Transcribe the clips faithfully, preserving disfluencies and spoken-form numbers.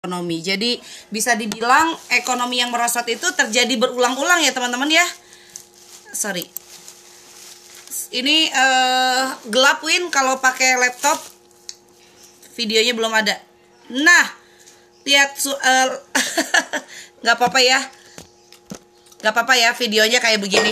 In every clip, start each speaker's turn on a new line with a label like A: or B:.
A: ekonomi. Jadi bisa dibilang ekonomi yang merosot itu terjadi berulang-ulang ya teman-teman ya. Sorry. Ini uh, gelap Win kalau pakai laptop. Videonya belum ada. Nah, lihat uh, nggak apa-apa ya. Nggak apa-apa ya videonya kayak begini.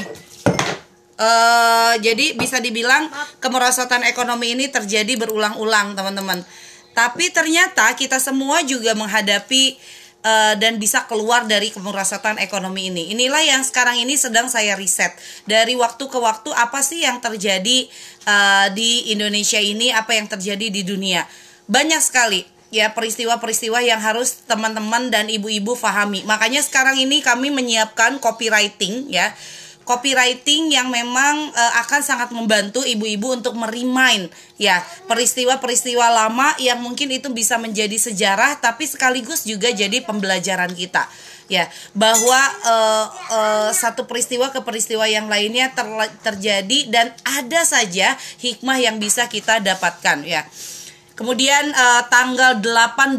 A: Uh, jadi bisa dibilang kemerosotan ekonomi ini terjadi berulang-ulang teman-teman. Tapi ternyata kita semua juga menghadapi uh, dan bisa keluar dari kemerosotan ekonomi ini. Inilah yang sekarang ini sedang saya riset. Dari waktu ke waktu apa sih yang terjadi uh, di Indonesia ini, apa yang terjadi di dunia. Banyak sekali ya peristiwa-peristiwa yang harus teman-teman dan ibu-ibu pahami. Makanya sekarang ini kami menyiapkan copywriting ya. Copywriting yang memang uh, akan sangat membantu ibu-ibu untuk merimain ya peristiwa-peristiwa lama yang mungkin itu bisa menjadi sejarah tapi sekaligus juga jadi pembelajaran kita ya, bahwa uh, uh, satu peristiwa ke peristiwa yang lainnya ter terjadi dan ada saja hikmah yang bisa kita dapatkan ya. Kemudian uh, tanggal delapan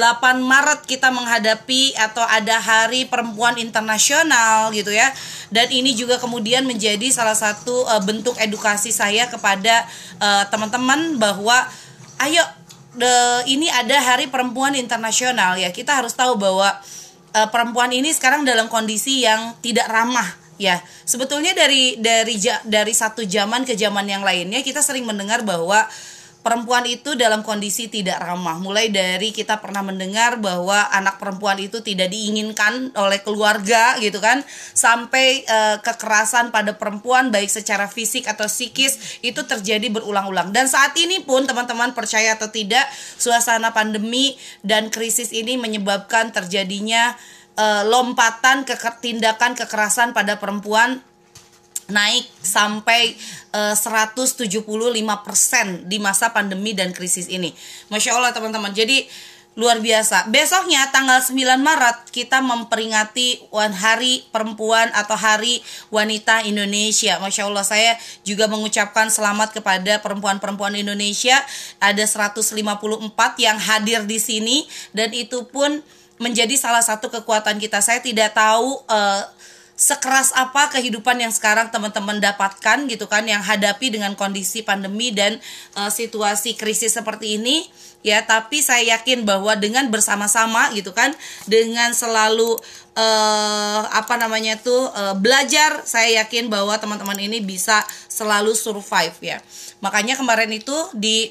A: Maret kita menghadapi atau ada Hari Perempuan Internasional gitu ya. Dan ini juga kemudian menjadi salah satu uh, bentuk edukasi saya kepada uh, teman-teman bahwa ayo de, ini ada Hari Perempuan Internasional ya. Kita harus tahu bahwa uh, perempuan ini sekarang dalam kondisi yang tidak ramah ya. Sebetulnya dari dari dari satu zaman ke zaman yang lainnya kita sering mendengar bahwa perempuan itu dalam kondisi tidak ramah. Mulai dari kita pernah mendengar bahwa anak perempuan itu tidak diinginkan oleh keluarga gitu kan, sampai e, kekerasan pada perempuan baik secara fisik atau psikis itu terjadi berulang-ulang. Dan saat ini pun teman-teman percaya atau tidak, suasana pandemi dan krisis ini menyebabkan terjadinya e, lompatan ke tindakan kekerasan pada perempuan naik sampai uh, seratus tujuh puluh lima persen di masa pandemi dan krisis ini. Masya Allah teman-teman. Jadi luar biasa. Besoknya tanggal sembilan Maret kita memperingati Hari Perempuan atau Hari Wanita Indonesia. Masya Allah, saya juga mengucapkan selamat kepada perempuan-perempuan Indonesia. Ada seratus lima puluh empat yang hadir di sini dan itu pun menjadi salah satu kekuatan kita. Saya tidak tahu uh, sekeras apa kehidupan yang sekarang teman-teman dapatkan gitu kan, yang hadapi dengan kondisi pandemi dan uh, situasi krisis seperti ini ya, tapi saya yakin bahwa dengan bersama-sama gitu kan, dengan selalu uh, apa namanya tuh uh, belajar, saya yakin bahwa teman-teman ini bisa selalu survive ya. Makanya kemarin itu di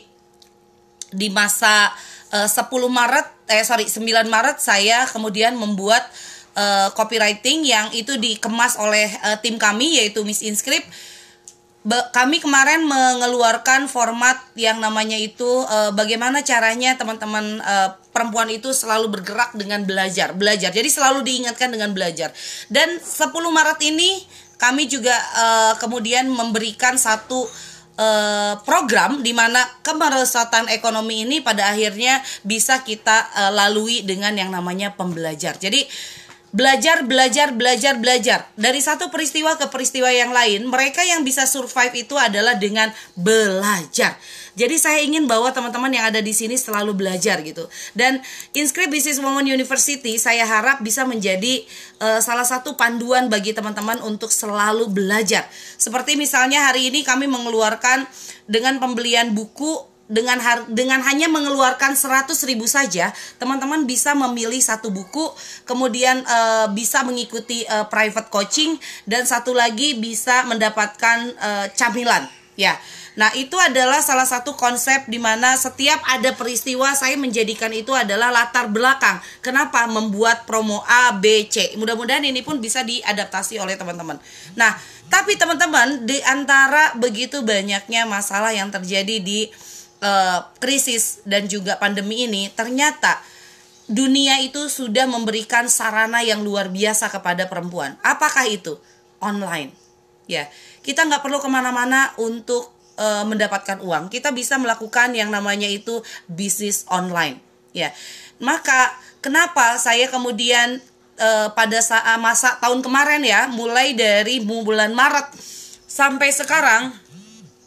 A: di masa uh, sepuluh Maret eh sorry sembilan Maret saya kemudian membuat Uh, copywriting yang itu dikemas oleh uh, tim kami yaitu Miss Inscript. Be- kami kemarin mengeluarkan format yang namanya itu uh, bagaimana caranya teman-teman uh, perempuan itu selalu bergerak dengan belajar, belajar. Jadi selalu diingatkan dengan belajar. Dan sepuluh Maret ini kami juga uh, kemudian memberikan satu uh, program di mana kemerosotan ekonomi ini pada akhirnya bisa kita uh, lalui dengan yang namanya pembelajar. Jadi Belajar, belajar, belajar, belajar. Dari satu peristiwa ke peristiwa yang lain, mereka yang bisa survive itu adalah dengan belajar. Jadi saya ingin bahwa teman-teman yang ada di sini selalu belajar gitu. Dan Inscript Business Woman University saya harap bisa menjadi uh, salah satu panduan bagi teman-teman untuk selalu belajar. Seperti misalnya hari ini kami mengeluarkan dengan pembelian buku dengan har- dengan hanya mengeluarkan seratus ribu saja, teman-teman bisa memilih satu buku, kemudian uh, bisa mengikuti uh, private coaching, dan satu lagi bisa mendapatkan uh, camilan ya. Nah, itu adalah salah satu konsep di mana setiap ada peristiwa saya menjadikan itu adalah latar belakang. Kenapa membuat promo A, B, C. Mudah-mudahan ini pun bisa diadaptasi oleh teman-teman. Nah, tapi teman-teman, di antara begitu banyaknya masalah yang terjadi di Uh, krisis dan juga pandemi ini, ternyata dunia itu sudah memberikan sarana yang luar biasa kepada perempuan. Apakah itu? Online ya. Kita nggak perlu kemana-mana untuk uh, mendapatkan uang. Kita bisa melakukan yang namanya itu bisnis online ya. Maka kenapa saya kemudian uh, pada saat masa tahun kemarin ya, mulai dari bulan Maret sampai sekarang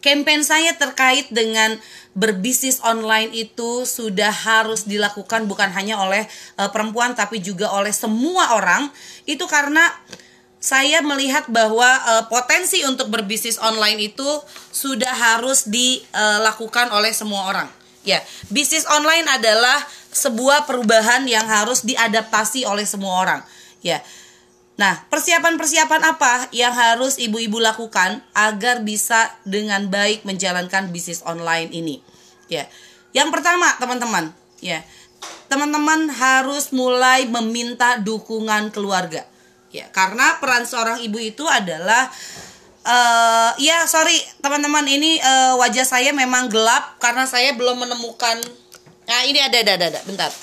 A: Campaign saya terkait dengan berbisnis online itu sudah harus dilakukan bukan hanya oleh uh, perempuan tapi juga oleh semua orang. Itu karena saya melihat bahwa uh, potensi untuk berbisnis online itu sudah harus dilakukan oleh semua orang. Ya, bisnis online adalah sebuah perubahan yang harus diadaptasi oleh semua orang. Ya. Nah, persiapan-persiapan apa yang harus ibu-ibu lakukan agar bisa dengan baik menjalankan bisnis online ini? Ya. Yang pertama, teman-teman, ya. Teman-teman harus mulai meminta dukungan keluarga. Ya, karena peran seorang ibu itu adalah uh, ya, sorry, teman-teman, ini uh, wajah saya memang gelap karena saya belum menemukan. Nah, ini ada ada ada, ada. Bentar.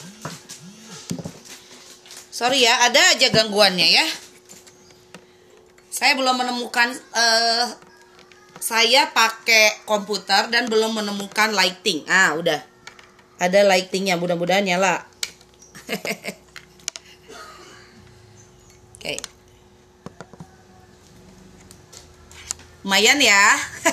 A: Sorry ya, ada aja gangguannya ya. Saya belum menemukan, uh, saya pakai komputer dan belum menemukan lighting. Ah, udah. Ada lightingnya, mudah-mudahan nyala. Oke. Okay. Lumayan ya.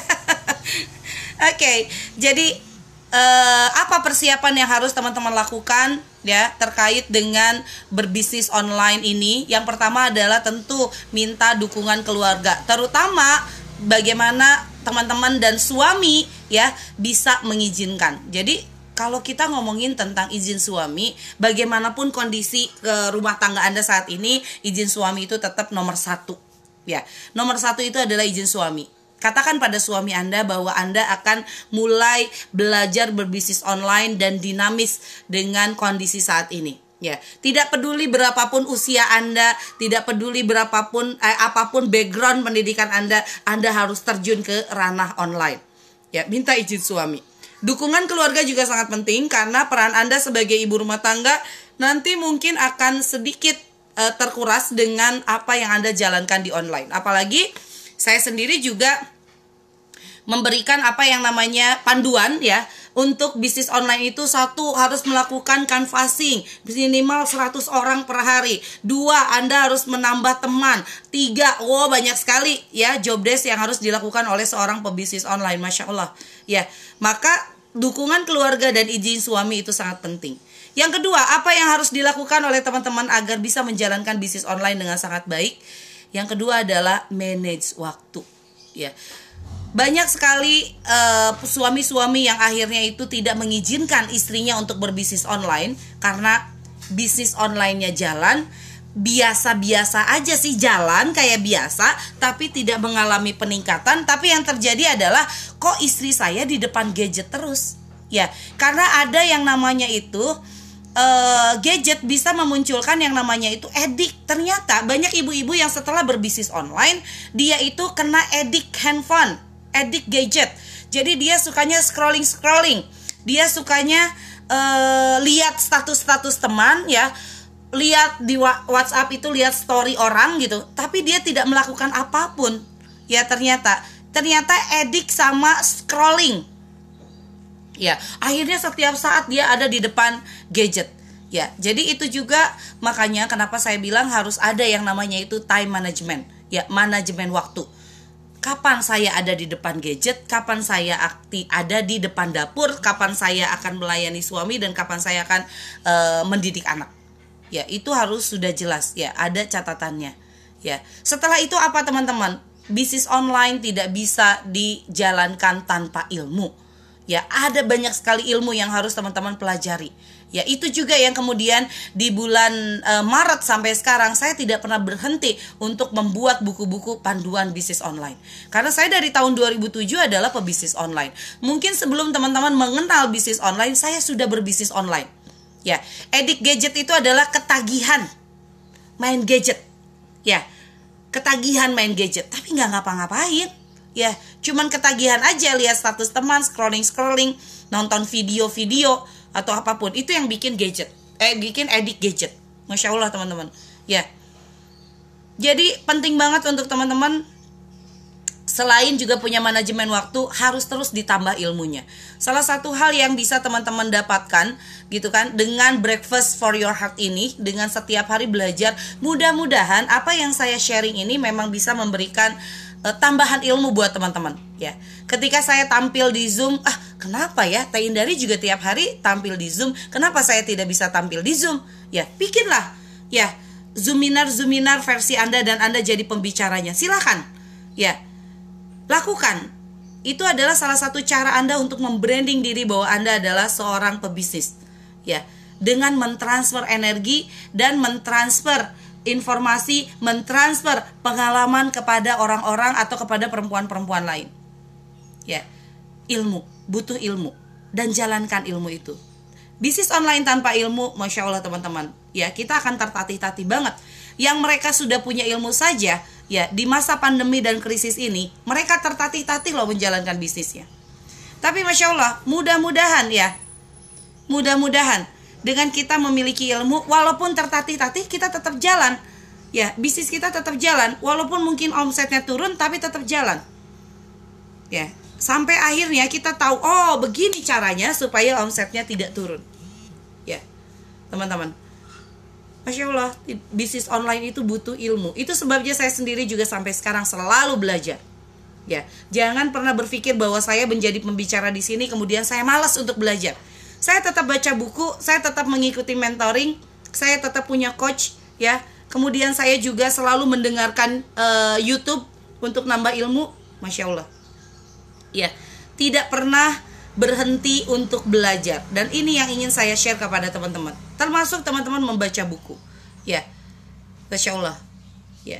A: Oke, okay, jadi uh, apa persiapan yang harus teman-teman lakukan ya terkait dengan berbisnis online ini? Yang pertama adalah tentu minta dukungan keluarga, terutama bagaimana teman-teman dan suami ya bisa mengizinkan. Jadi kalau kita ngomongin tentang izin suami, bagaimanapun kondisi ke rumah tangga Anda saat ini, izin suami itu tetap nomor satu ya. Nomor satu itu adalah izin suami. Katakan pada suami Anda bahwa Anda akan mulai belajar berbisnis online dan dinamis dengan kondisi saat ini. Ya, tidak peduli berapapun usia Anda, tidak peduli berapapun eh, apapun background pendidikan Anda, Anda harus terjun ke ranah online. Ya, minta izin suami. Dukungan keluarga juga sangat penting karena peran Anda sebagai ibu rumah tangga nanti mungkin akan sedikit eh, terkuras dengan apa yang Anda jalankan di online. Apalagi saya sendiri juga memberikan apa yang namanya panduan ya. Untuk bisnis online itu, satu, harus melakukan canvassing minimal seratus orang per hari. Dua, Anda harus menambah teman. Tiga, wow banyak sekali ya job desk yang harus dilakukan oleh seorang pebisnis online. Masya Allah ya. Maka dukungan keluarga dan izin suami itu sangat penting. Yang kedua, apa yang harus dilakukan oleh teman-teman agar bisa menjalankan bisnis online dengan sangat baik? Yang kedua adalah manage waktu ya. Banyak sekali uh, suami-suami yang akhirnya itu tidak mengizinkan istrinya untuk berbisnis online karena bisnis online-nya jalan, biasa-biasa aja sih, jalan kayak biasa tapi tidak mengalami peningkatan. Tapi yang terjadi adalah kok istri saya di depan gadget terus ya, karena ada yang namanya itu Uh, gadget bisa memunculkan yang namanya itu edik. Ternyata banyak ibu-ibu yang setelah berbisnis online, dia itu kena edik handphone, edik gadget. Jadi dia sukanya scrolling-scrolling, dia sukanya uh, lihat status-status teman ya, lihat di WhatsApp itu, lihat story orang gitu, tapi dia tidak melakukan apapun ya. Ternyata ternyata edik sama scrolling ya, akhirnya setiap saat dia ada di depan gadget ya. Jadi itu juga makanya kenapa saya bilang harus ada yang namanya itu time management ya, manajemen waktu. Kapan saya ada di depan gadget, kapan saya aktif ada di depan dapur, kapan saya akan melayani suami, dan kapan saya akan uh, mendidik anak ya. Itu harus sudah jelas ya, ada catatannya ya. Setelah itu apa teman-teman? Bisnis online tidak bisa dijalankan tanpa ilmu. Ya, ada banyak sekali ilmu yang harus teman-teman pelajari. Ya, itu juga yang kemudian di bulan e, Maret sampai sekarang saya tidak pernah berhenti untuk membuat buku-buku panduan bisnis online. Karena saya dari tahun dua ribu tujuh adalah pebisnis online. Mungkin sebelum teman-teman mengenal bisnis online, saya sudah berbisnis online. Ya, edik gadget itu adalah ketagihan main gadget. Ya, ketagihan main gadget, tapi nggak ngapa-ngapain. Ya, cuman ketagihan aja lihat status teman, scrolling-scrolling, nonton video-video atau apapun. Itu yang bikin gadget, eh bikin edik gadget. Masya Allah teman-teman. Ya. Jadi penting banget untuk teman-teman, selain juga punya manajemen waktu, harus terus ditambah ilmunya. Salah satu hal yang bisa teman-teman dapatkan gitu kan dengan Breakfast for Your Heart ini, dengan setiap hari belajar, mudah-mudahan apa yang saya sharing ini memang bisa memberikan uh, tambahan ilmu buat teman-teman ya. Ketika saya tampil di Zoom, ah kenapa ya Teh Indari juga tiap hari tampil di Zoom, kenapa saya tidak bisa tampil di Zoom? Ya, bikinlah ya Zoominar Zoominar versi Anda dan Anda jadi pembicaranya. Silakan. Ya. Lakukan. Itu adalah salah satu cara Anda untuk membranding diri bahwa Anda adalah seorang pebisnis. Ya, dengan mentransfer energi dan mentransfer informasi, mentransfer pengalaman kepada orang-orang atau kepada perempuan-perempuan lain. Ya, ilmu, butuh ilmu dan jalankan ilmu itu. Bisnis online tanpa ilmu, Masya Allah teman-teman, ya kita akan tertatih-tatih banget. Yang mereka sudah punya ilmu saja, ya di masa pandemi dan krisis ini, mereka tertatih-tatih loh menjalankan bisnisnya. Tapi Masya Allah, mudah-mudahan ya, mudah-mudahan dengan kita memiliki ilmu, walaupun tertatih-tatih kita tetap jalan. Ya, bisnis kita tetap jalan, walaupun mungkin omsetnya turun, tapi tetap jalan. Ya, sampai akhirnya kita tahu, oh begini caranya supaya omsetnya tidak turun. Ya, teman-teman, Masya Allah, bisnis online itu butuh ilmu. Itu sebabnya saya sendiri juga sampai sekarang selalu belajar. Ya, jangan pernah berpikir bahwa saya menjadi pembicara di sini kemudian saya malas untuk belajar. Saya tetap baca buku, saya tetap mengikuti mentoring, saya tetap punya coach, ya. Kemudian saya juga selalu mendengarkan uh, YouTube untuk nambah ilmu, Masya Allah. Ya, tidak pernah berhenti untuk belajar. Dan ini yang ingin saya share kepada teman-teman. Termasuk teman-teman membaca buku. Ya, Masya Allah. Ya,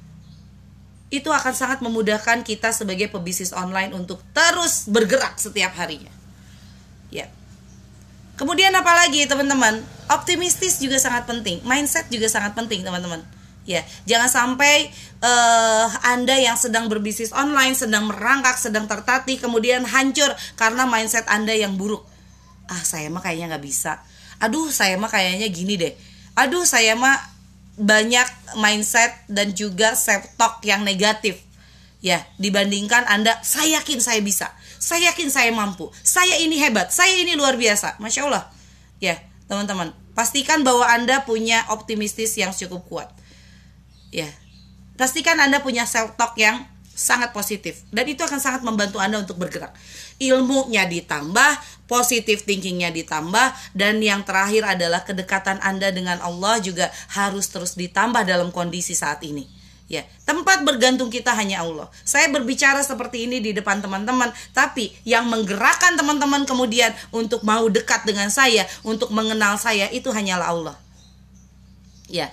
A: itu akan sangat memudahkan kita sebagai pebisnis online untuk terus bergerak setiap harinya. Ya. Kemudian apalagi teman-teman, optimistis juga sangat penting, mindset juga sangat penting teman-teman. Ya, jangan sampai uh, Anda yang sedang berbisnis online, sedang merangkak, sedang tertatih, kemudian hancur karena mindset Anda yang buruk. Ah, saya mah kayaknya nggak bisa. Aduh, saya mah kayaknya gini deh. Aduh, saya mah banyak mindset dan juga self-talk yang negatif. Ya, dibandingkan Anda, saya yakin saya bisa. Saya yakin saya mampu. Saya ini hebat. Saya ini luar biasa. Masya Allah. Ya, teman-teman, pastikan bahwa Anda punya optimistis yang cukup kuat. Ya, pastikan Anda punya self-talk yang sangat positif. Dan itu akan sangat membantu Anda untuk bergerak. Ilmunya ditambah, positive thinkingnya ditambah, dan yang terakhir adalah kedekatan Anda dengan Allah juga harus terus ditambah dalam kondisi saat ini. Ya, tempat bergantung kita hanya Allah. Saya berbicara seperti ini di depan teman-teman, tapi yang menggerakkan teman-teman kemudian untuk mau dekat dengan saya, untuk mengenal saya, itu hanyalah Allah. Ya.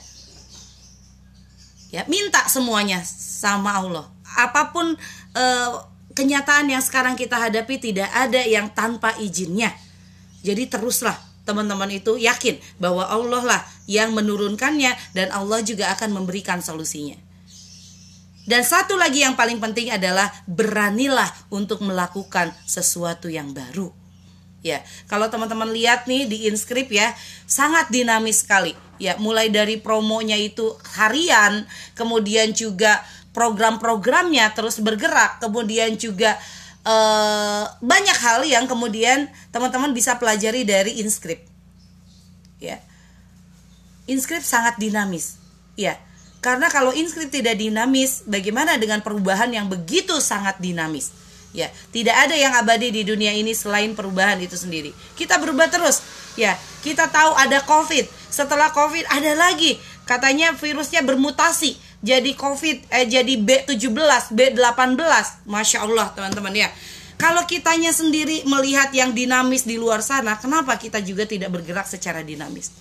A: Ya, minta semuanya sama Allah. Apapun eh, kenyataan yang sekarang kita hadapi, tidak ada yang tanpa izinnya. Jadi teruslah teman-teman itu yakin bahwa Allah lah yang menurunkannya dan Allah juga akan memberikan solusinya. Dan satu lagi yang paling penting adalah beranilah untuk melakukan sesuatu yang baru. Ya, kalau teman-teman lihat nih di Inscript ya, sangat dinamis sekali. Ya, mulai dari promonya itu harian, kemudian juga program-programnya terus bergerak, kemudian juga eh, banyak hal yang kemudian teman-teman bisa pelajari dari Inscript. Ya, Inscript sangat dinamis. Ya. Karena kalau Inscript tidak dinamis, bagaimana dengan perubahan yang begitu sangat dinamis? Ya, tidak ada yang abadi di dunia ini selain perubahan itu sendiri. Kita berubah terus. Ya, kita tahu ada COVID. Setelah COVID ada lagi. Katanya virusnya bermutasi. Jadi COVID, eh jadi B tujuh belas, B delapan belas. Masya Allah teman-teman ya. Kalau kitanya sendiri melihat yang dinamis di luar sana, kenapa kita juga tidak bergerak secara dinamis?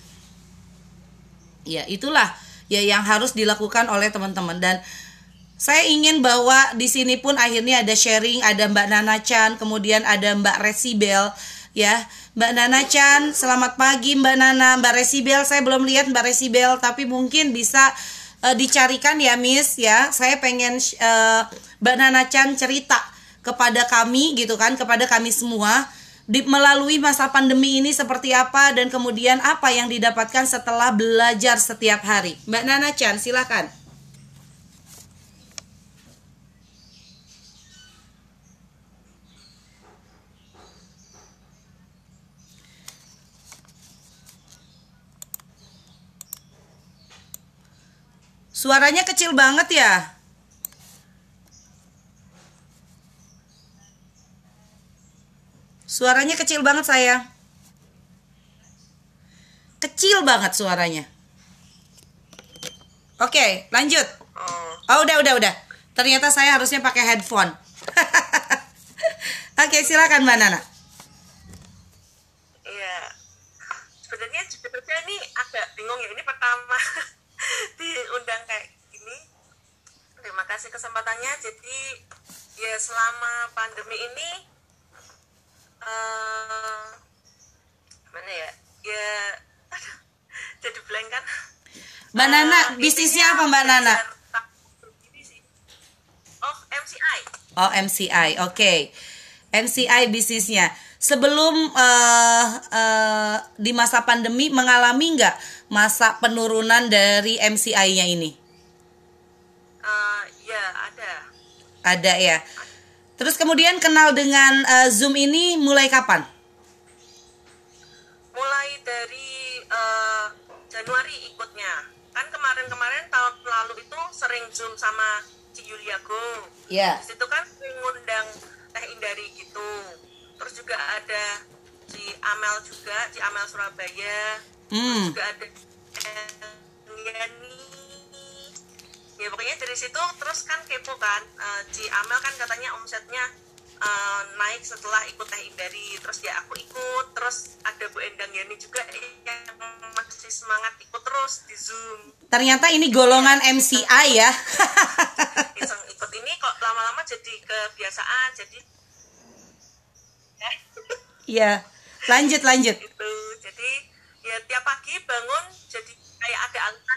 A: Ya, itulah ya yang harus dilakukan oleh teman-teman. Dan saya ingin bahwa di sini pun akhirnya ada sharing, ada Mbak Nana Chan, kemudian ada Mbak Resibel, ya. Mbak Nana Chan, selamat pagi Mbak Nana. Mbak Resibel, saya belum lihat Mbak Resibel, tapi mungkin bisa uh, dicarikan ya Miss ya. Saya pengen uh, Mbak Nana Chan cerita kepada kami gitu kan, kepada kami semua. Di, melalui masa pandemi ini seperti apa dan kemudian apa yang didapatkan setelah belajar setiap hari. Mbak Nana Chan, silakan. Suaranya kecil banget ya. Suaranya kecil banget sayang. Kecil banget suaranya. Oke, lanjut. Oh, udah, udah, udah. Ternyata saya harusnya pakai headphone. Oke, silakan Mbak Nana.
B: Iya. Sebenarnya sebenarnya ini agak bingung ya. Ini pertama diundang kayak gini. Terima kasih kesempatannya. Jadi ya selama pandemi ini uh, mana ya? Ya aduh, jadi blank kan.
A: Mbak Nana,
B: Uh,
A: bisnisnya
B: intinya
A: apa Mbak Nana?
B: belajar tak- ini sih. Oh, M C I.
A: Oh, M C I, oke. M C I bisnisnya. Sebelum eh, eh, di masa pandemi mengalami nggak masa penurunan dari M C I-nya ini?
B: Uh, ya ada.
A: Ada ya. Terus kemudian kenal dengan eh, Zoom ini mulai kapan?
B: Mulai dari uh, Januari ikutnya. Kan kemarin-kemarin tahun lalu itu sering Zoom sama Ci Yuliago.
A: Ya.
B: Di situ kan ngundang Teh Indari gitu. Terus juga ada Ci Amel juga, Ci Amel Surabaya. Terus
A: Hmm.
B: juga ada Yani. Ya pokoknya dari situ terus kan kepo kan. Uh, Ci Amel kan katanya omsetnya uh, naik setelah ikut Teh Indari. Terus ya aku ikut. Terus ada Bu Endang Yani juga yang masih semangat ikut terus di Zoom.
A: Ternyata ini golongan M C I ya.
B: Iseng ikut ini kok lama-lama jadi kebiasaan. Jadi
A: Iya. Lanjut, lanjut.
B: itu jadi ya tiap pagi bangun jadi kayak ada angka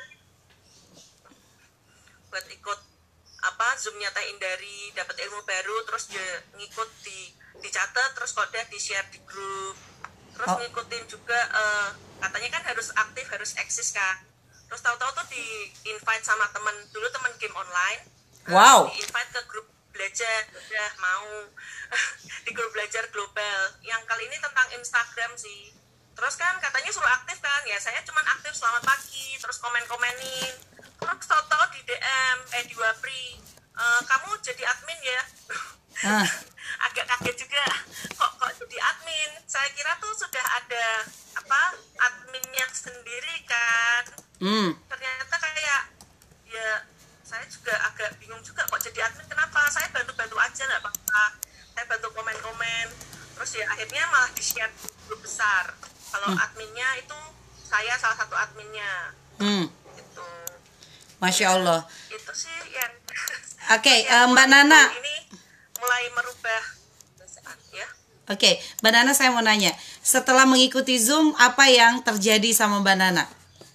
B: buat ikut apa Zoomnya Teh Indari, dapat ilmu baru, terus ya ngikut di dicatat, terus kalau udah di share di grup, terus
A: Oh.
B: ngikutin juga eh, katanya kan harus aktif, harus eksis kan, terus tahu-tahu tuh di invite sama temen dulu, temen game online. eh,
A: Wow.
B: di invite ke grup belajar, udah mau di grup belajar global yang kali ini tentang Instagram sih. Terus kan katanya suruh aktif kan, ya saya cuman aktif selamat pagi, terus komen-komenin, terus tahu-tahu di D M eh di Wapri, "Eh, kamu jadi admin ya?"
A: Ah.
B: Agak kaget juga, kok kok jadi admin. Saya kira tuh sudah ada apa adminnya sendiri kan.
A: Hmm.
B: Ternyata kayak ya saya juga agak bingung juga kok jadi admin, kenapa saya bantu-bantu aja nggak apa-apa, saya bantu komen-komen, terus ya akhirnya malah di-share di grup besar kalau
A: Hmm.
B: adminnya itu saya salah satu adminnya.
A: Hmm.
B: Itu
A: Masya Allah.
B: itu sih yang
A: Oke,
B: yang
A: eh, Mbak
B: mulai
A: Nana.
B: ini mulai merubah kebiasaan, ya.
A: Oke, Mbak Nana, saya mau nanya. Setelah mengikuti Zoom, apa yang terjadi sama Mbak Nana?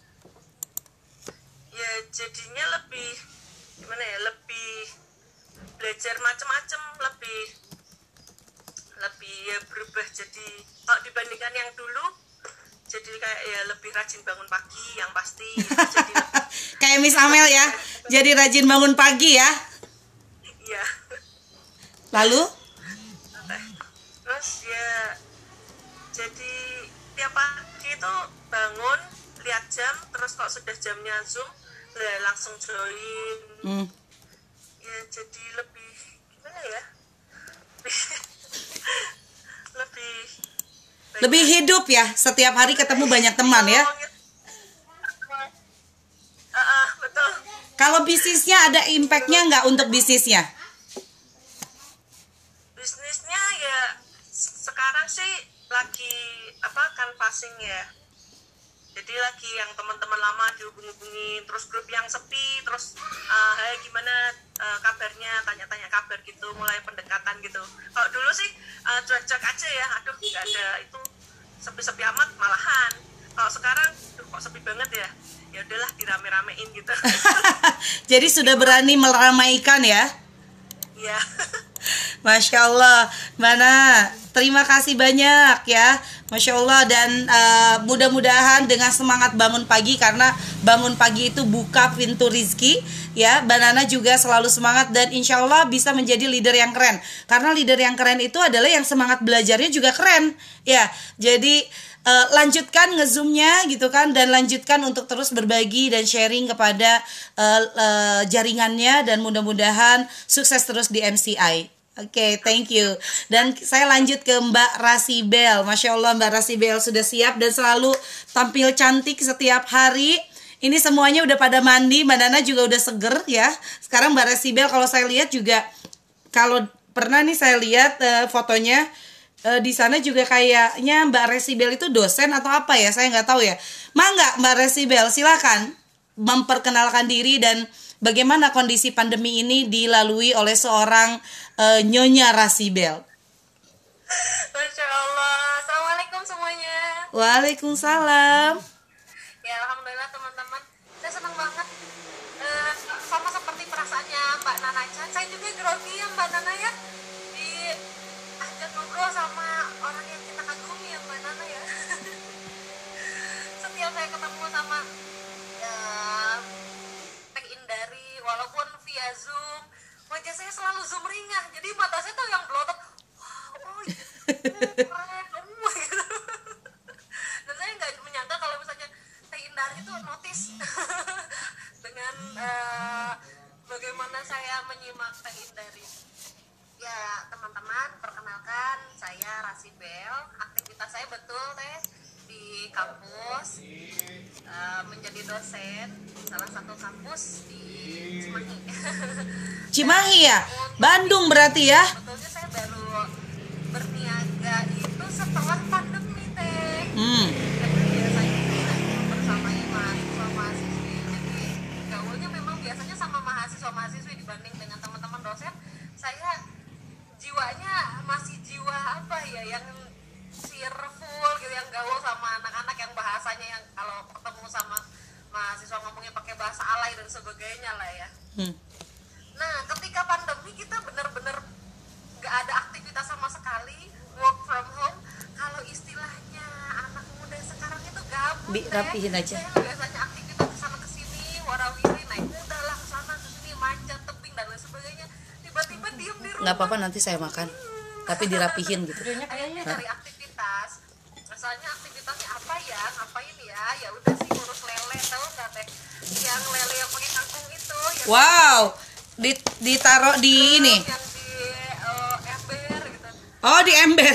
B: Ya jadinya lebih gimana ya, lebih belajar macam-macam, lebih lebih ya berubah, jadi kalau dibandingkan yang dulu jadi kayak ya lebih rajin bangun pagi yang pasti. Jadi lebih,
A: Kayak Miss Amel ya, jadi rajin bangun pagi ya.
B: ya.
A: Lalu?
B: Terus ya jadi tiap pagi itu bangun lihat jam, terus kalau sudah jamnya Zoom lah langsung join.
A: Hmm.
B: Ya jadi lebih gimana ya, lebih
A: Lebih hidup ya, setiap hari ketemu banyak teman ya.
B: Ah, ah, betul.
A: Kalau bisnisnya ada impactnya nggak untuk bisnisnya?
B: Bisnisnya ya sekarang sih lagi apa canvassing ya, jadi lagi yang teman-teman lama dihubung-hubungin, terus grup yang sepi, terus uh, hey gimana uh, kabarnya, tanya-tanya kabar gitu, mulai pendekatan gitu. Kalau dulu sih uh, cuek-cuek aja ya, aduh nggak ada itu, sepi-sepi amat malahan. Kalau sekarang duh kok sepi banget ya, ya udahlah dirame-ramein gitu.
A: Jadi sudah berani meramaikan ya.
B: Iya.
A: Masya Allah, Mana, terima kasih banyak ya, Masya Allah. Dan uh, mudah-mudahan dengan semangat bangun pagi, karena bangun pagi itu buka pintu rizki ya. Mbak Nana juga selalu semangat dan insya Allah bisa menjadi leader yang keren. Karena leader yang keren itu adalah yang semangat belajarnya juga keren ya. Jadi uh, lanjutkan ngezoomnya gitu kan, dan lanjutkan untuk terus berbagi dan sharing kepada uh, uh, jaringannya, dan mudah-mudahan sukses terus di M C I. Oke, thank you. Dan saya lanjut ke Mbak Rasibel. Masya Allah Mbak Rasibel sudah siap dan selalu tampil cantik setiap hari. Ini semuanya udah pada mandi, Mbak Nana juga udah seger ya. Sekarang Mbak Rasibel kalau saya lihat juga, kalau pernah nih saya lihat uh, fotonya, uh, di sana juga kayaknya Mbak Rasibel itu dosen atau apa ya, saya nggak tahu ya. Mangga Mbak Rasibel, silakan memperkenalkan diri dan bagaimana kondisi pandemi ini dilalui oleh seorang uh, Nyonya Rasibel.
B: Masya Allah. Assalamualaikum semuanya.
A: Waalaikumsalam.
B: Ya alhamdulillah teman-teman. Saya senang banget. Eh, sama seperti perasaannya Mbak Nana. Saya juga grogi ya Mbak Nana ya. Diajak ngobrol sama orang yang kita kagumi ya Mbak Nana ya. Setiap saya ketemu sama eh, Teh Indari, walaupun via Zoom, wajah saya selalu sumringah. Jadi mata saya tuh yang belotot. Wow, oh iya, oh, keren, oh, gitu. Dan saya nggak menyangka kalau misalnya Teh Indari itu notice dengan uh, bagaimana saya menyimak Teh Indari. Ya teman-teman, perkenalkan saya Rasibel. Aktivitas saya betul Teh di kampus, uh, menjadi dosen salah satu kampus di Cimahi.
A: Cimahi ya? Bandung berarti ya?
B: Sebetulnya saya baru berniaga itu setelah pandemi Teh.
A: Hmm.
B: Karena biasanya bersama mahasiswa mahasiswi. Jadi gaulnya memang biasanya sama mahasiswa mahasiswi dibanding dengan teman-teman dosen. Saya jiwanya masih jiwa apa ya, yang cheerful gitu, yang gaul sama anak-anak, yang bahasanya yang kalau ketemu sama mahasiswa ngomongnya pakai bahasa alay dan sebagainya lah ya. Hmm. Nah, ketika pandemi kita benar-benar nggak ada aktivitas sama sekali, work from home. Kalau istilahnya anak muda sekarang itu gabut.
A: Dirapihin aja.
B: Saya biasanya aktivitas kesana kesini, warawiri, naik kuda lah kesana kesini, manjat tebing dan lain sebagainya. Tiba-tiba diem di rumah.
A: Nggak apa-apa, nanti saya makan. Tapi dirapihin gitu.
B: Kayaknya cari aktivitas. Misalnya aktivitasnya apa ya? Ngapain ya? Ya udah sih urus lele, tahu nggak Teh? Yang lele yang pakai kangkung itu. Yang
A: wow, ditaruh di ini.
B: Yang di uh, ember gitu.
A: Oh, di ember.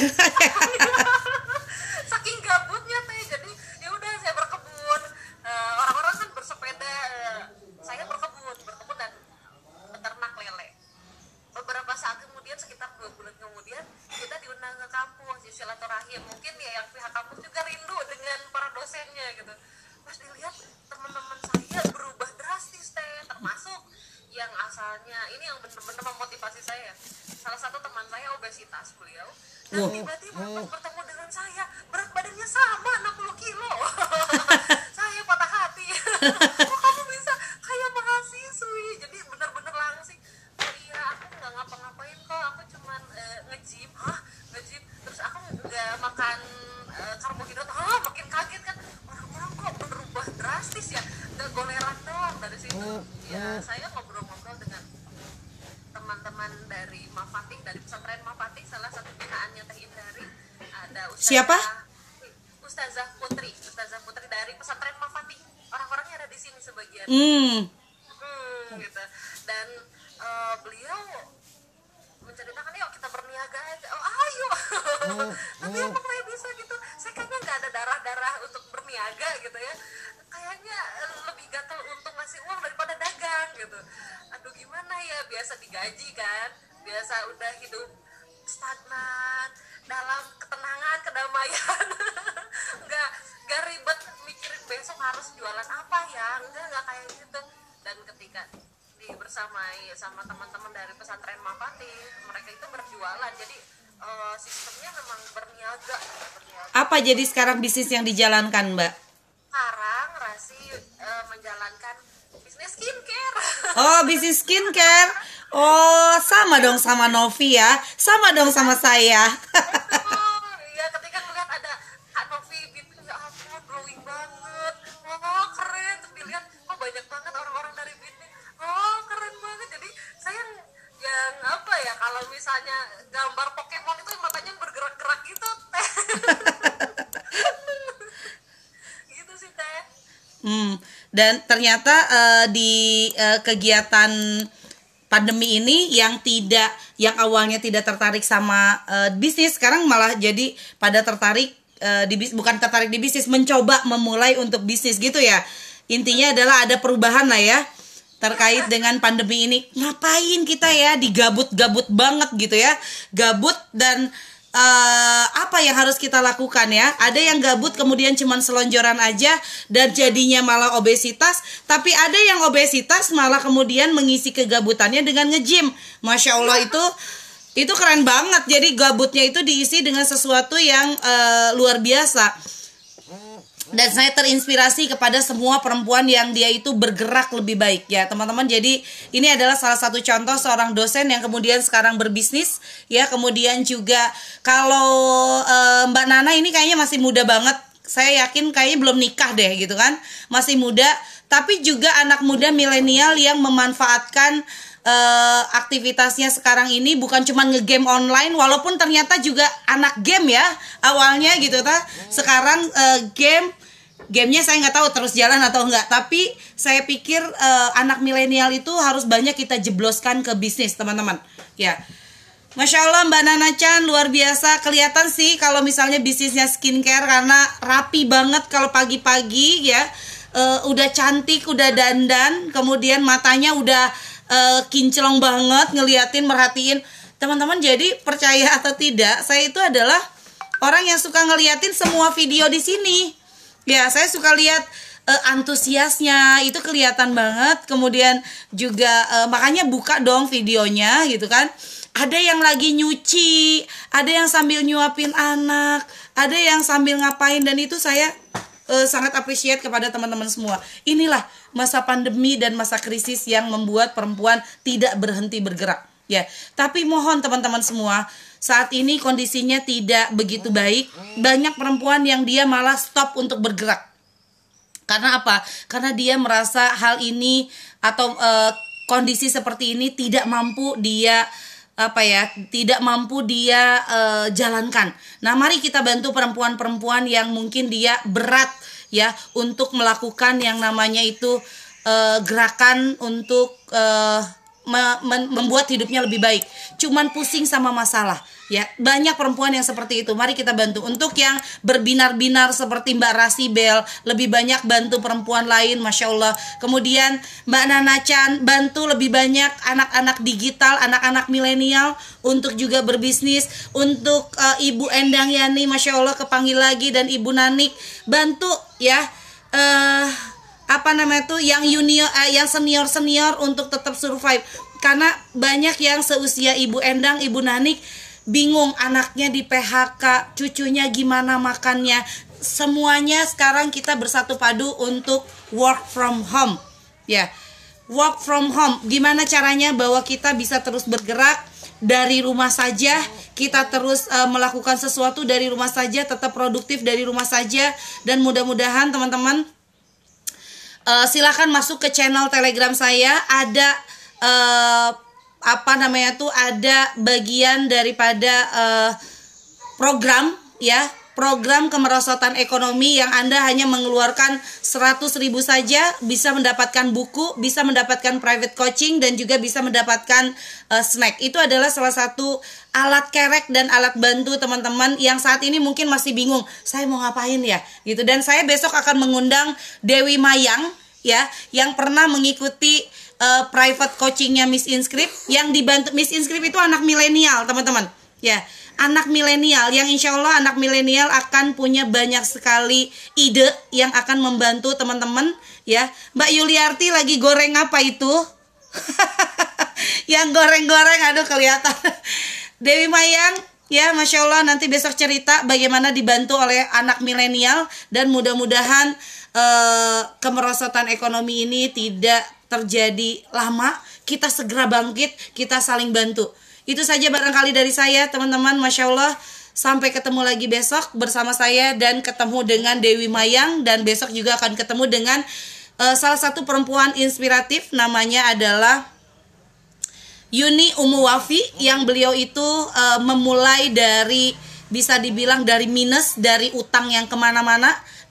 B: Saking gabutnya Teh, jadi ya udah saya berkebun. Uh, orang-orang kan bersepeda, uh, saya berkebun, berkebun dan beternak lele. Beberapa saat kemudian, sekitar dua bulan kemudian, kita diundang ke kampus di silaturahim. Mungkin ya yang pihak kampus juga rindu dengan para dosennya gitu. Pas dilihat teman-teman saya berubah drastis Teh, termasuk yang asalnya ini yang benar-benar memotivasi saya. Salah satu teman saya obesitas beliau, dan tiba-tiba pas bertemu dengan saya berat badannya sama enam puluh kilo. Saya patah hati. Kok kamu bisa kayak mahasiswi? Jadi benar-benar langsing. Oh iya, aku nggak ngapa-ngapain kok, aku cuman uh, nge-gym. Hah, nge-gym? Terus aku nggak makan uh, karbohidrat. Hah, makin kaget kan, orang-orang kok berubah drastis ya, nggak goleran doang. Dari situ ya saya ngobrol-ngobrol dengan teman-teman dari Mafatih, dari pesantren Mafatih, salah satu binaannya Teh Indari. Ada Ustazah,
A: siapa?
B: Ustazah Putri, Ustazah Putri dari pesantren Mafatih. Orang-orangnya ada di sini sebagian.
A: Hmm.
B: Hmm, gitu. Dan uh, beliau menceritakan, yuk kita berniaga aja. Oh ayo. Tapi apa saya bisa gitu? Saya kayaknya nggak ada darah-darah untuk berniaga gitu ya. Kayaknya lebih gatel untuk ngasih uang daripada dagang gitu. Aduh gimana ya, biasa digaji kan, biasa udah hidup stagnan dalam ketenangan, kedamaian. nggak nggak ribet mikirin besok harus jualan apa ya, enggak nggak kayak gitu. Dan ketika dibersamai sama teman-teman dari pesantren Mafatih, mereka itu berjualan, jadi uh, sistemnya memang berniaga, berniaga.
A: Apa jadi sekarang bisnis yang dijalankan Mbak?
B: Sekarang Rasi uh, menjalankan bisnis skincare.
A: Oh, bisnis skincare. Oh, sama dong sama Novi ya. Sama dong sama saya.
B: Oh, ya ketika melihat ada Kak Novi, ya ampun glowing banget. Oh, keren. Terus dilihat, oh banyak banget orang-orang dari Bitnik. Oh, keren banget. Jadi saya yang apa ya, kalau misalnya gambar Pokemon itu matanya bergerak-gerak gitu, Teh. Gitu sih, Teh.
A: Hmm, dan ternyata uh, di uh, kegiatan pandemi ini yang tidak, yang awalnya tidak tertarik sama uh, bisnis, sekarang malah jadi pada tertarik uh, di bis, bukan tertarik di bisnis, mencoba memulai untuk bisnis gitu ya. Intinya adalah ada perubahan lah ya terkait dengan pandemi ini. Ngapain kita ya digabut-gabut banget gitu ya, gabut dan Uh, apa yang harus kita lakukan ya? Ada yang gabut kemudian cuman selonjoran aja dan jadinya malah obesitas. Tapi ada yang obesitas malah kemudian mengisi kegabutannya dengan nge-gym. Masya Allah, itu itu keren banget. Jadi gabutnya itu diisi dengan sesuatu yang uh, luar biasa. Dan saya terinspirasi kepada semua perempuan yang dia itu bergerak lebih baik ya teman-teman. Jadi ini adalah salah satu contoh seorang dosen yang kemudian sekarang berbisnis ya. Kemudian juga kalau e, Mbak Nana ini kayaknya masih muda banget. Saya yakin kayaknya belum nikah deh gitu kan. Masih muda, tapi juga anak muda milenial yang memanfaatkan Uh, aktivitasnya sekarang ini bukan cuma ngegame online, walaupun ternyata juga anak game ya awalnya gitu ta. Sekarang uh, game gamenya saya nggak tahu terus jalan atau enggak, tapi saya pikir uh, anak milenial itu harus banyak kita jebloskan ke bisnis teman-teman ya. Masya Allah Mbak Nana Chan luar biasa, kelihatan sih kalau misalnya bisnisnya skincare karena rapi banget kalau pagi-pagi ya. Uh, udah cantik, udah dandan, kemudian matanya udah Uh, kinclong banget ngeliatin, merhatiin teman-teman. Jadi percaya atau tidak, saya itu adalah orang yang suka ngeliatin semua video di sini ya. Saya suka lihat uh, antusiasnya itu kelihatan banget. Kemudian juga uh, makanya buka dong videonya gitu kan. Ada yang lagi nyuci, ada yang sambil nyuapin anak, ada yang sambil ngapain, dan itu saya Uh, sangat appreciate kepada teman-teman semua. Inilah masa pandemi dan masa krisis yang membuat perempuan tidak berhenti bergerak ya. Tapi mohon teman-teman semua, saat ini kondisinya tidak begitu baik. Banyak perempuan yang dia malah stop untuk bergerak. Karena apa? Karena dia merasa hal ini atau uh, kondisi seperti ini tidak mampu dia apa ya, tidak mampu dia uh, jalankan. Nah, mari kita bantu perempuan-perempuan yang mungkin dia berat ya untuk melakukan yang namanya itu uh, gerakan untuk uh, me- me- membuat hidupnya lebih baik. Cuman pusing sama masalah ya. Banyak perempuan yang seperti itu. Mari kita bantu. Untuk yang berbinar-binar seperti Mbak Rasibel, lebih banyak bantu perempuan lain, Masya Allah. Kemudian Mbak Nana Chan, bantu lebih banyak anak-anak digital, anak-anak milenial untuk juga berbisnis. Untuk uh, Ibu Endang Yani, Masya Allah kepanggil lagi, dan Ibu Nanik, bantu ya uh, apa namanya tuh yang junior, uh, yang senior-senior untuk tetap survive. Karena banyak yang seusia Ibu Endang, Ibu Nanik bingung, anaknya di P H K, cucunya gimana makannya. Semuanya sekarang kita bersatu padu untuk work from home ya. Work from home, gimana caranya bahwa kita bisa terus bergerak dari rumah saja, kita terus uh, melakukan sesuatu dari rumah saja, tetap produktif dari rumah saja. Dan mudah-mudahan teman-teman uh, silakan masuk ke channel Telegram saya. Ada uh, apa namanya tuh ada bagian daripada uh, program ya, program kemerosotan ekonomi yang Anda hanya mengeluarkan seratus ribu saja bisa mendapatkan buku, bisa mendapatkan private coaching, dan juga bisa mendapatkan uh, snack. Itu adalah salah satu alat kerek dan alat bantu teman-teman yang saat ini mungkin masih bingung, saya mau ngapain ya gitu. Dan saya besok akan mengundang Dewi Mayang ya, yang pernah mengikuti uh, private coachingnya Miss Inscript, yang dibantu Miss Inscript itu anak milenial teman-teman ya, anak milenial yang insya Allah anak milenial akan punya banyak sekali ide yang akan membantu teman-teman ya. Mbak Yuliarti lagi goreng apa itu? Yang goreng-goreng, aduh kelihatan. Dewi Mayang ya, Masya Allah, nanti besok cerita bagaimana dibantu oleh anak milenial, dan mudah-mudahan Uh, kemerosotan ekonomi ini tidak terjadi lama. Kita segera bangkit, kita saling bantu. Itu saja barangkali dari saya teman-teman. Masya Allah, sampai ketemu lagi besok bersama saya, dan ketemu dengan Dewi Mayang, dan besok juga akan ketemu dengan uh, salah satu perempuan inspiratif, namanya adalah Yuni Umu Wafi, yang beliau itu uh, memulai dari, bisa dibilang dari minus, dari utang yang kemana-mana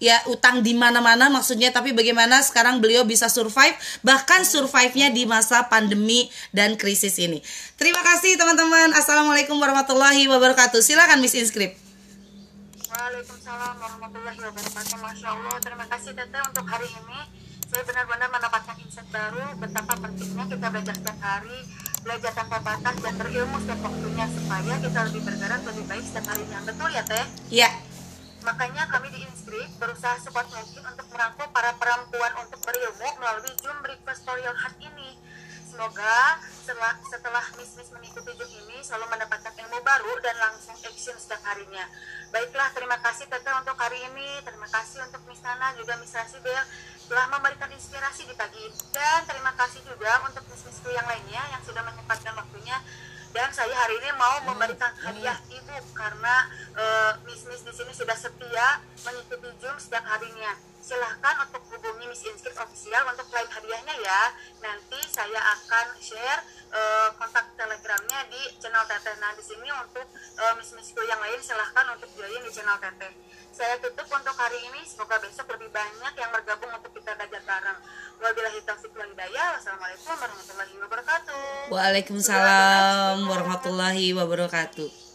A: ya utang di mana-mana maksudnya, tapi bagaimana sekarang beliau bisa survive, bahkan survive-nya di masa pandemi dan krisis ini. Terima kasih teman-teman. Assalamualaikum warahmatullahi wabarakatuh. Silakan Miss Inscript.
C: Waalaikumsalam warahmatullahi wabarakatuh. Masya Allah, terima kasih Tete untuk hari ini. Saya benar-benar mendapatkan insight baru betapa pentingnya kita belajar setiap hari, belajar tanpa batas dan berilmu setiap waktunya supaya kita lebih bergerak lebih baik setiap harinya. Betul ya Teh?
A: Iya.
C: Makanya kami di Inscript berusaha sekuat mungkin untuk merangkul para perempuan untuk berilmu melalui Zoom Breakfast for Your Heart ini. Semoga setelah, setelah Miss-Miss mengikuti Zoom ini selalu mendapatkan ilmu baru dan langsung action setiap harinya. Baiklah, terima kasih Tete untuk hari ini. Terima kasih untuk Miss Nana juga Miss Rasibel telah memberikan inspirasi di pagi ini. Dan terima kasih juga untuk Miss-Missku yang lainnya yang sudah menyempatkan waktunya. Dan saya hari ini mau memberikan hadiah ibu karena uh, Miss-Miss di sini sudah setia mengikuti Zoom setiap harinya. Silahkan untuk hubungi Miss Inscript official untuk klaim hadiahnya ya. Nanti saya akan share uh, kontak telegramnya di channel Teteh. Nah di sini untuk uh, Miss-Missku yang lain silahkan untuk join di channel Teteh. Saya tutup untuk hari ini. Semoga besok lebih banyak yang bergabung untuk kita belajar bareng. Wabillahi taufiq wal hidayah. Wassalamualaikum warahmatullahi wabarakatuh.
A: Waalaikumsalam warahmatullahi wabarakatuh.